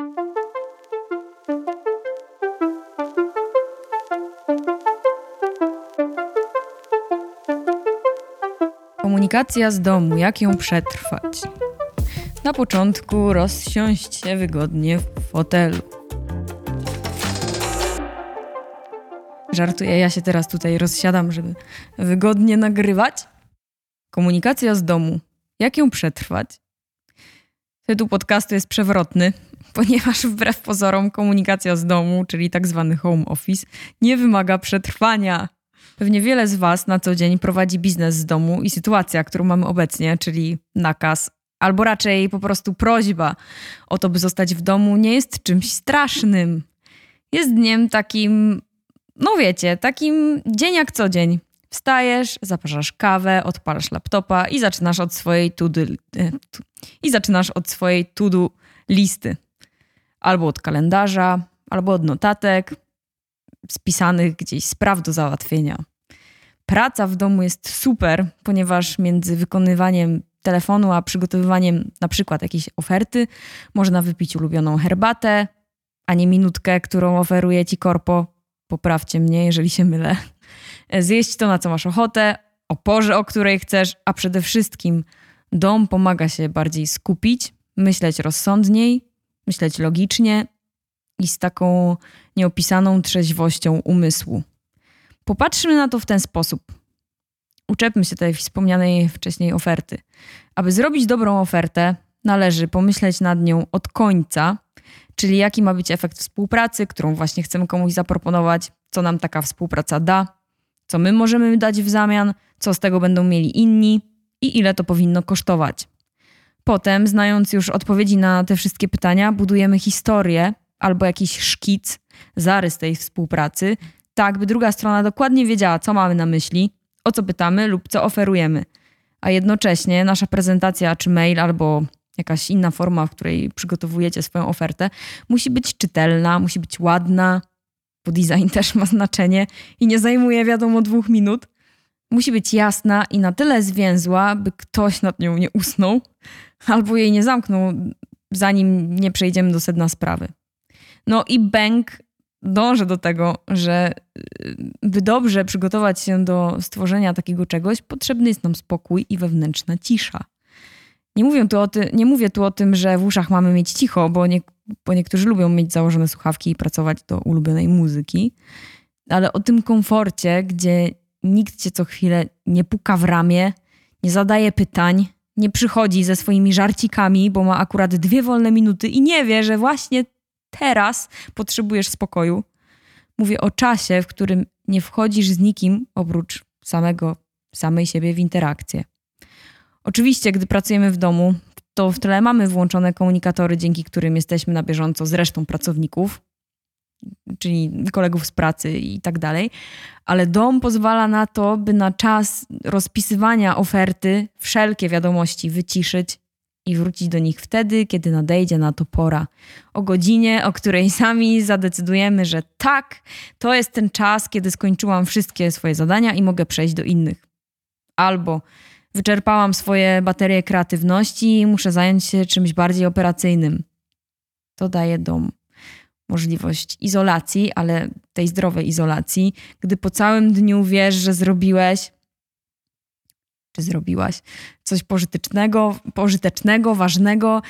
Komunikacja z domu, jak ją przetrwać? Na początku rozsiąść się wygodnie w fotelu. Żartuję, ja się teraz tutaj rozsiadam, żeby wygodnie nagrywać. Komunikacja z domu, jak ją przetrwać? Tytuł podcastu jest przewrotny, ponieważ wbrew pozorom komunikacja z domu, czyli tak zwany home office, nie wymaga przetrwania. Pewnie wiele z Was na co dzień prowadzi biznes z domu i sytuacja, którą mamy obecnie, czyli nakaz, albo raczej po prostu prośba o to, by zostać w domu, nie jest czymś strasznym. Jest dniem takim, no wiecie, takim dzień jak co dzień. Wstajesz, zaparzasz kawę, odpalasz laptopa i zaczynasz od swojej to-do listy. Albo od kalendarza, albo od notatek, spisanych gdzieś spraw do załatwienia. Praca w domu jest super, ponieważ między wykonywaniem telefonu a przygotowywaniem na przykład jakiejś oferty można wypić ulubioną herbatę, a nie minutkę, którą oferuje ci korpo. Poprawcie mnie, jeżeli się mylę. Zjeść to, na co masz ochotę, o porze, o której chcesz, a przede wszystkim dom pomaga się bardziej skupić, myśleć rozsądniej, myśleć logicznie i z taką nieopisaną trzeźwością umysłu. Popatrzmy na to w ten sposób. Uczepmy się tej wspomnianej wcześniej oferty. Aby zrobić dobrą ofertę, należy pomyśleć nad nią od końca, czyli jaki ma być efekt współpracy, którą właśnie chcemy komuś zaproponować, co nam taka współpraca da, co my możemy dać w zamian, co z tego będą mieli inni i ile to powinno kosztować. Potem, znając już odpowiedzi na te wszystkie pytania, budujemy historię albo jakiś szkic, zarys tej współpracy, tak by druga strona dokładnie wiedziała, co mamy na myśli, o co pytamy lub co oferujemy. A jednocześnie nasza prezentacja czy mail albo jakaś inna forma, w której przygotowujecie swoją ofertę, musi być czytelna, musi być ładna, bo design też ma znaczenie i nie zajmuje wiadomo 2 minut. Musi być jasna i na tyle zwięzła, by ktoś nad nią nie usnął albo jej nie zamknął, zanim nie przejdziemy do sedna sprawy. No i bęk dążę do tego, że by dobrze przygotować się do stworzenia takiego czegoś, potrzebny jest nam spokój i wewnętrzna cisza. Nie mówię tu o tym, że w uszach mamy mieć cicho, bo niektórzy lubią mieć założone słuchawki i pracować do ulubionej muzyki, ale o tym komforcie, gdzie nikt cię co chwilę nie puka w ramię, nie zadaje pytań, nie przychodzi ze swoimi żarcikami, bo ma akurat 2 wolne minuty i nie wie, że właśnie teraz potrzebujesz spokoju. Mówię o czasie, w którym nie wchodzisz z nikim oprócz samej siebie w interakcję. Oczywiście, gdy pracujemy w domu, to w tle mamy włączone komunikatory, dzięki którym jesteśmy na bieżąco z resztą pracowników, czyli kolegów z pracy i tak dalej, ale dom pozwala na to, by na czas rozpisywania oferty wszelkie wiadomości wyciszyć i wrócić do nich wtedy, kiedy nadejdzie na to pora. O godzinie, o której sami zadecydujemy, że tak, to jest ten czas, kiedy skończyłam wszystkie swoje zadania i mogę przejść do innych. Albo wyczerpałam swoje baterie kreatywności i muszę zająć się czymś bardziej operacyjnym. To daje dom możliwość izolacji, ale tej zdrowej izolacji, gdy po całym dniu wiesz, że zrobiłeś czy zrobiłaś coś pożytecznego, ważnego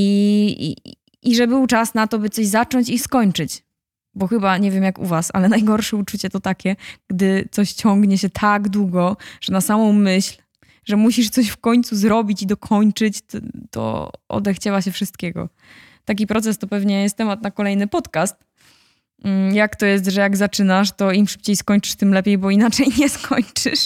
i że był czas na to, by coś zacząć i skończyć. Bo chyba, nie wiem jak u was, ale najgorsze uczucie to takie, gdy coś ciągnie się tak długo, że na samą myśl, że musisz coś w końcu zrobić i dokończyć, to odechciewa się wszystkiego. Taki proces to pewnie jest temat na kolejny podcast. Jak to jest, że jak zaczynasz, to im szybciej skończysz, tym lepiej, bo inaczej nie skończysz.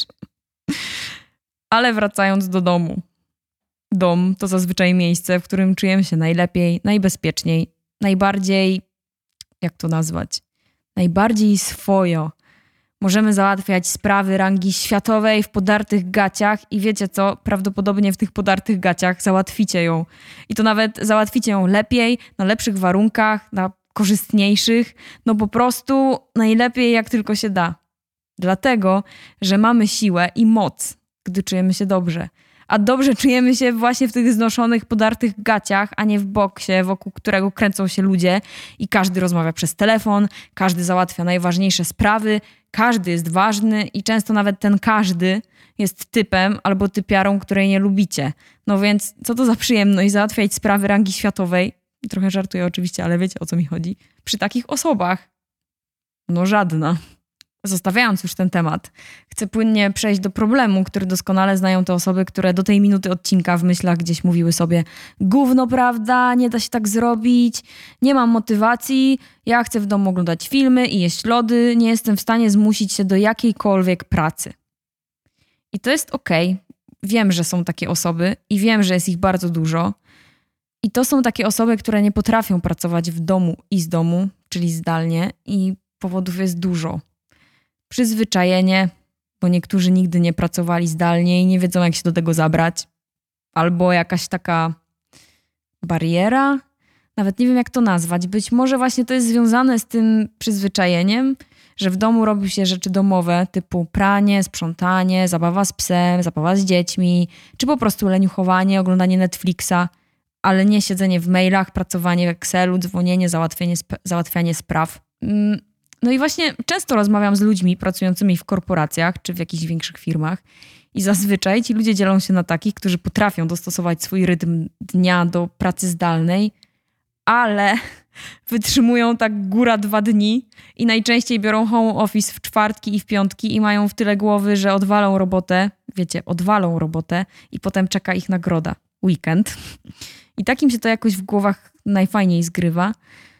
Ale wracając do domu. Dom to zazwyczaj miejsce, w którym czujemy się najlepiej, najbezpieczniej, najbardziej, jak to nazwać, najbardziej swojo. Możemy załatwiać sprawy rangi światowej w podartych gaciach i wiecie co, prawdopodobnie w tych podartych gaciach załatwicie ją. I to nawet załatwicie ją lepiej, na lepszych warunkach, na korzystniejszych, no po prostu najlepiej jak tylko się da. Dlatego, że mamy siłę i moc, gdy czujemy się dobrze. A dobrze czujemy się właśnie w tych znoszonych, podartych gaciach, a nie w boksie, wokół którego kręcą się ludzie i każdy rozmawia przez telefon, każdy załatwia najważniejsze sprawy, każdy jest ważny i często nawet ten każdy jest typem albo typiarą, której nie lubicie. No więc co to za przyjemność załatwiać sprawy rangi światowej? Trochę żartuję oczywiście, ale wiecie, o co mi chodzi. Przy takich osobach. No żadna. Zostawiając już ten temat, chcę płynnie przejść do problemu, który doskonale znają te osoby, które do tej minuty odcinka w myślach gdzieś mówiły sobie: gówno, prawda, nie da się tak zrobić, nie mam motywacji, ja chcę w domu oglądać filmy i jeść lody, nie jestem w stanie zmusić się do jakiejkolwiek pracy. I to jest okej. Wiem, że są takie osoby i wiem, że jest ich bardzo dużo. I to są takie osoby, które nie potrafią pracować w domu i z domu, czyli zdalnie, i powodów jest dużo. Przyzwyczajenie, bo niektórzy nigdy nie pracowali zdalnie i nie wiedzą, jak się do tego zabrać. Albo jakaś taka bariera, nawet nie wiem, jak to nazwać. Być może właśnie to jest związane z tym przyzwyczajeniem, że w domu robi się rzeczy domowe typu pranie, sprzątanie, zabawa z psem, zabawa z dziećmi, czy po prostu leniuchowanie, oglądanie Netflixa, ale nie siedzenie w mailach, pracowanie w Excelu, dzwonienie, załatwianie spraw. No i właśnie często rozmawiam z ludźmi pracującymi w korporacjach czy w jakichś większych firmach i zazwyczaj ci ludzie dzielą się na takich, którzy potrafią dostosować swój rytm dnia do pracy zdalnej, ale wytrzymują tak góra 2 dni i najczęściej biorą home office w czwartki i w piątki i mają w tyle głowy, że odwalą robotę, wiecie, odwalą robotę i potem czeka ich nagroda, weekend. I takim się to jakoś w głowach najfajniej zgrywa.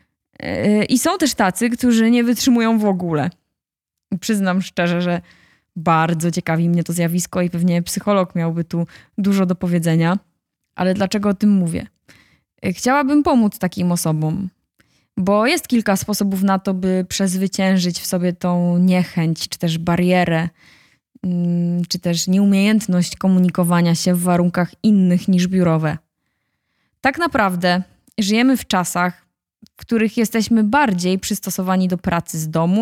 I są też tacy, którzy nie wytrzymują w ogóle. Przyznam szczerze, że bardzo ciekawi mnie to zjawisko i pewnie psycholog miałby tu dużo do powiedzenia. Ale dlaczego o tym mówię? Chciałabym pomóc takim osobom, bo jest kilka sposobów na to, by przezwyciężyć w sobie tą niechęć, czy też barierę, czy też nieumiejętność komunikowania się w warunkach innych niż biurowe. Tak naprawdę żyjemy w czasach, w których jesteśmy bardziej przystosowani do pracy z domu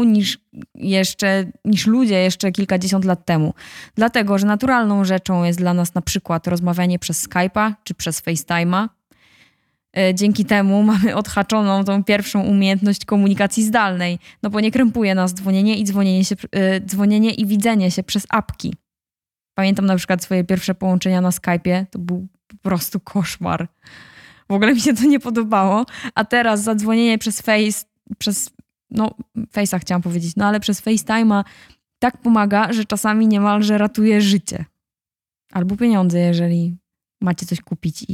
niż ludzie jeszcze kilkadziesiąt lat temu. Dlatego, że naturalną rzeczą jest dla nas na przykład rozmawianie przez Skype'a czy przez FaceTime'a. Dzięki temu mamy odhaczoną tą pierwszą umiejętność komunikacji zdalnej, no bo nie krępuje nas dzwonienie i widzenie się przez apki. Pamiętam na przykład swoje pierwsze połączenia na Skype'ie, to był po prostu koszmar. W ogóle mi się to nie podobało, a teraz zadzwonienie przez Face'a chciałam powiedzieć, no ale przez FaceTime'a tak pomaga, że czasami niemalże ratuje życie. Albo pieniądze, jeżeli macie coś kupić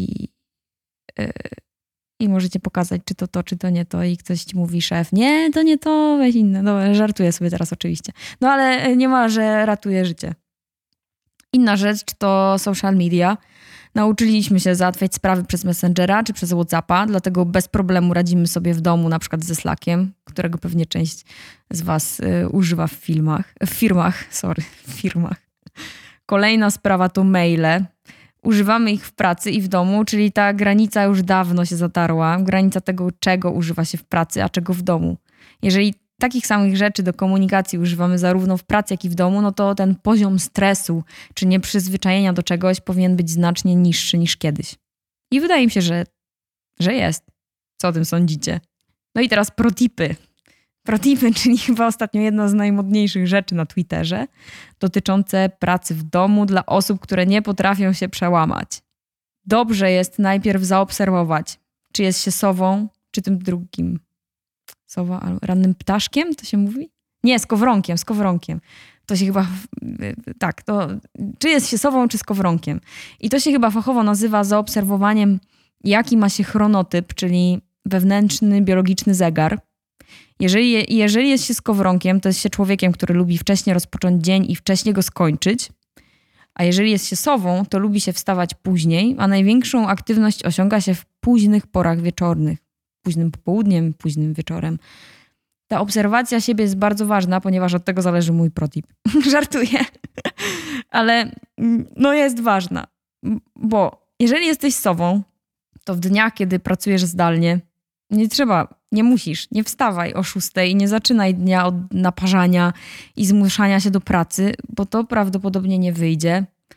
i możecie pokazać, czy to, czy to nie to i ktoś ci mówi, szef, nie, to nie to, weź inne. No, żartuję sobie teraz oczywiście. No ale niemalże ratuje życie. Inna rzecz to social media. Nauczyliśmy się załatwiać sprawy przez Messengera czy przez WhatsAppa, dlatego bez problemu radzimy sobie w domu, na przykład ze Slackiem, którego pewnie część z was używa w firmach. Kolejna sprawa to maile. Używamy ich w pracy i w domu, czyli ta granica już dawno się zatarła. Granica tego, czego używa się w pracy, a czego w domu. Jeżeli takich samych rzeczy do komunikacji używamy zarówno w pracy, jak i w domu, no to ten poziom stresu czy nieprzyzwyczajenia do czegoś powinien być znacznie niższy niż kiedyś. I wydaje mi się, że jest. Co o tym sądzicie? No i teraz protipy. Protipy, czyli chyba ostatnio jedna z najmodniejszych rzeczy na Twitterze, dotyczące pracy w domu dla osób, które nie potrafią się przełamać. Dobrze jest najpierw zaobserwować, czy jest się sową, czy tym drugim. Sowa albo rannym ptaszkiem, to się mówi? Nie, skowronkiem. To się chyba, tak, to czy jest się sową, czy skowronkiem. I to się chyba fachowo nazywa zaobserwowaniem, jaki ma się chronotyp, czyli wewnętrzny, biologiczny zegar. Jeżeli jest się skowronkiem, to jest się człowiekiem, który lubi wcześnie rozpocząć dzień i wcześnie go skończyć. A jeżeli jest się sową, to lubi się wstawać później, a największą aktywność osiąga się w późnych porach wieczornych. Późnym popołudniem, późnym wieczorem. Ta obserwacja siebie jest bardzo ważna, ponieważ od tego zależy mój protip. Żartuję. Ale no jest ważna. Bo jeżeli jesteś sową, to w dniach, kiedy pracujesz zdalnie, nie musisz, nie wstawaj o 6:00 i nie zaczynaj dnia od naparzania i zmuszania się do pracy, bo to prawdopodobnie nie wyjdzie.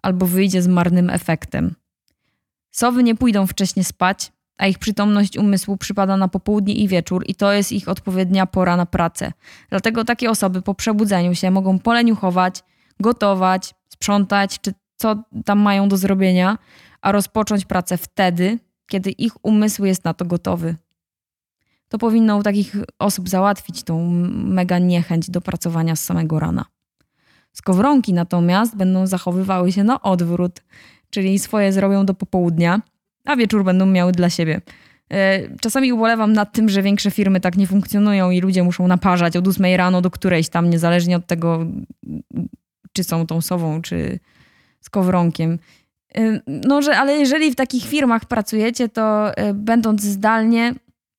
albo wyjdzie z marnym efektem. Sowy nie pójdą wcześnie spać, a ich przytomność umysłu przypada na popołudnie i wieczór i to jest ich odpowiednia pora na pracę. Dlatego takie osoby po przebudzeniu się mogą poleniuchować, gotować, sprzątać, czy co tam mają do zrobienia, a rozpocząć pracę wtedy, kiedy ich umysł jest na to gotowy. To powinno u takich osób załatwić tą mega niechęć do pracowania z samego rana. Skowronki natomiast będą zachowywały się na odwrót, czyli swoje zrobią do popołudnia, a wieczór będą miały dla siebie. Czasami ubolewam nad tym, że większe firmy tak nie funkcjonują i ludzie muszą naparzać od 8 rano do którejś tam, niezależnie od tego, czy są tą sową, czy skowronkiem. Ale jeżeli w takich firmach pracujecie, to będąc zdalnie,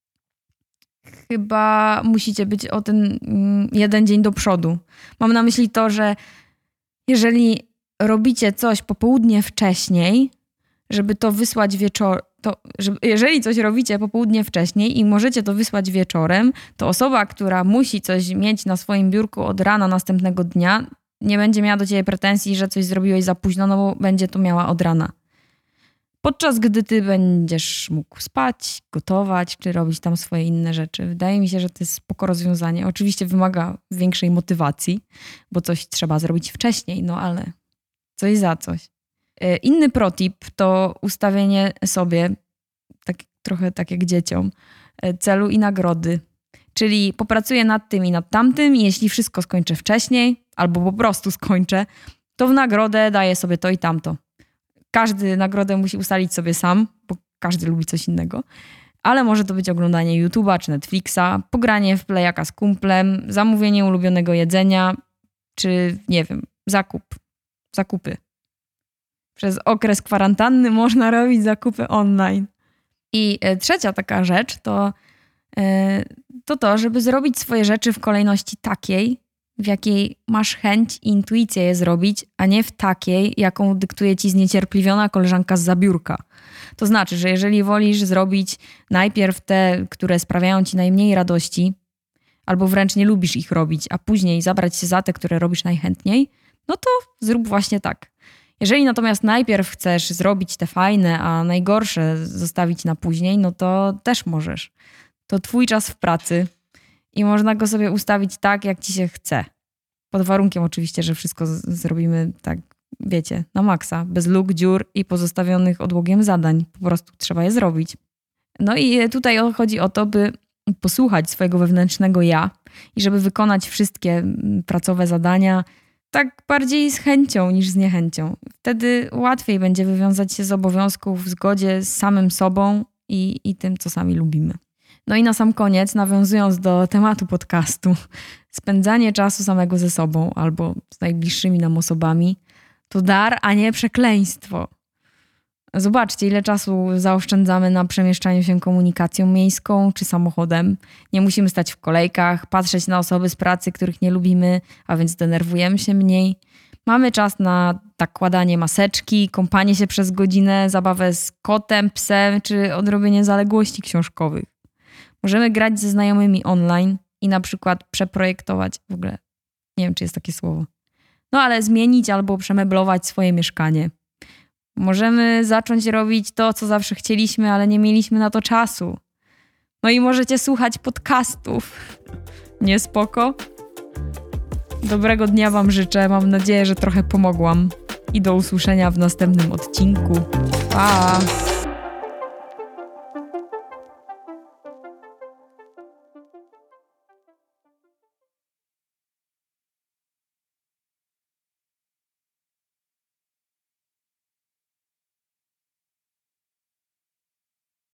chyba musicie być o ten jeden dzień do przodu. Mam na myśli to, że jeżeli robicie coś popołudnie wcześniej, żeby to wysłać jeżeli coś robicie popołudnie wcześniej i możecie to wysłać wieczorem, to osoba, która musi coś mieć na swoim biurku od rana następnego dnia, nie będzie miała do ciebie pretensji, że coś zrobiłeś za późno, no bo będzie to miała od rana. Podczas gdy ty będziesz mógł spać, gotować, czy robić tam swoje inne rzeczy. Wydaje mi się, że to jest spoko rozwiązanie. Oczywiście wymaga większej motywacji, bo coś trzeba zrobić wcześniej, no ale coś za coś. Inny protip to ustawienie sobie, trochę tak jak dzieciom, celu i nagrody. Czyli popracuję nad tym i nad tamtym i jeśli wszystko skończę wcześniej, albo po prostu skończę, to w nagrodę daję sobie to i tamto. Każdy nagrodę musi ustalić sobie sam, bo każdy lubi coś innego. Ale może to być oglądanie YouTube'a czy Netflixa, pogranie w playaka z kumplem, zamówienie ulubionego jedzenia, czy nie wiem, zakupy. Przez okres kwarantanny można robić zakupy online. I trzecia taka rzecz to żeby zrobić swoje rzeczy w kolejności takiej, w jakiej masz chęć i intuicję je zrobić, a nie w takiej, jaką dyktuje ci zniecierpliwiona koleżanka zza biurka. To znaczy, że jeżeli wolisz zrobić najpierw te, które sprawiają ci najmniej radości, albo wręcz nie lubisz ich robić, a później zabrać się za te, które robisz najchętniej, no to zrób właśnie tak. Jeżeli natomiast najpierw chcesz zrobić te fajne, a najgorsze zostawić na później, no to też możesz. To twój czas w pracy i można go sobie ustawić tak, jak ci się chce. Pod warunkiem oczywiście, że wszystko zrobimy tak, wiecie, na maksa. Bez luk, dziur i pozostawionych odłogiem zadań. Po prostu trzeba je zrobić. No i tutaj chodzi o to, by posłuchać swojego wewnętrznego ja i żeby wykonać wszystkie pracowe zadania tak bardziej z chęcią niż z niechęcią. Wtedy łatwiej będzie wywiązać się z obowiązków w zgodzie z samym sobą i tym, co sami lubimy. No i na sam koniec, nawiązując do tematu podcastu, spędzanie czasu samego ze sobą albo z najbliższymi nam osobami to dar, a nie przekleństwo. Zobaczcie, ile czasu zaoszczędzamy na przemieszczaniu się komunikacją miejską czy samochodem. Nie musimy stać w kolejkach, patrzeć na osoby z pracy, których nie lubimy, a więc denerwujemy się mniej. Mamy czas na nakładanie maseczki, kąpanie się przez godzinę, zabawę z kotem, psem czy odrobienie zaległości książkowych. Możemy grać ze znajomymi online i na przykład przeprojektować, w ogóle nie wiem, czy jest takie słowo, no ale zmienić albo przemeblować swoje mieszkanie. Możemy zacząć robić to, co zawsze chcieliśmy, ale nie mieliśmy na to czasu. No i możecie słuchać podcastów. Nie spoko? Dobrego dnia wam życzę. Mam nadzieję, że trochę pomogłam. I do usłyszenia w następnym odcinku. Pa!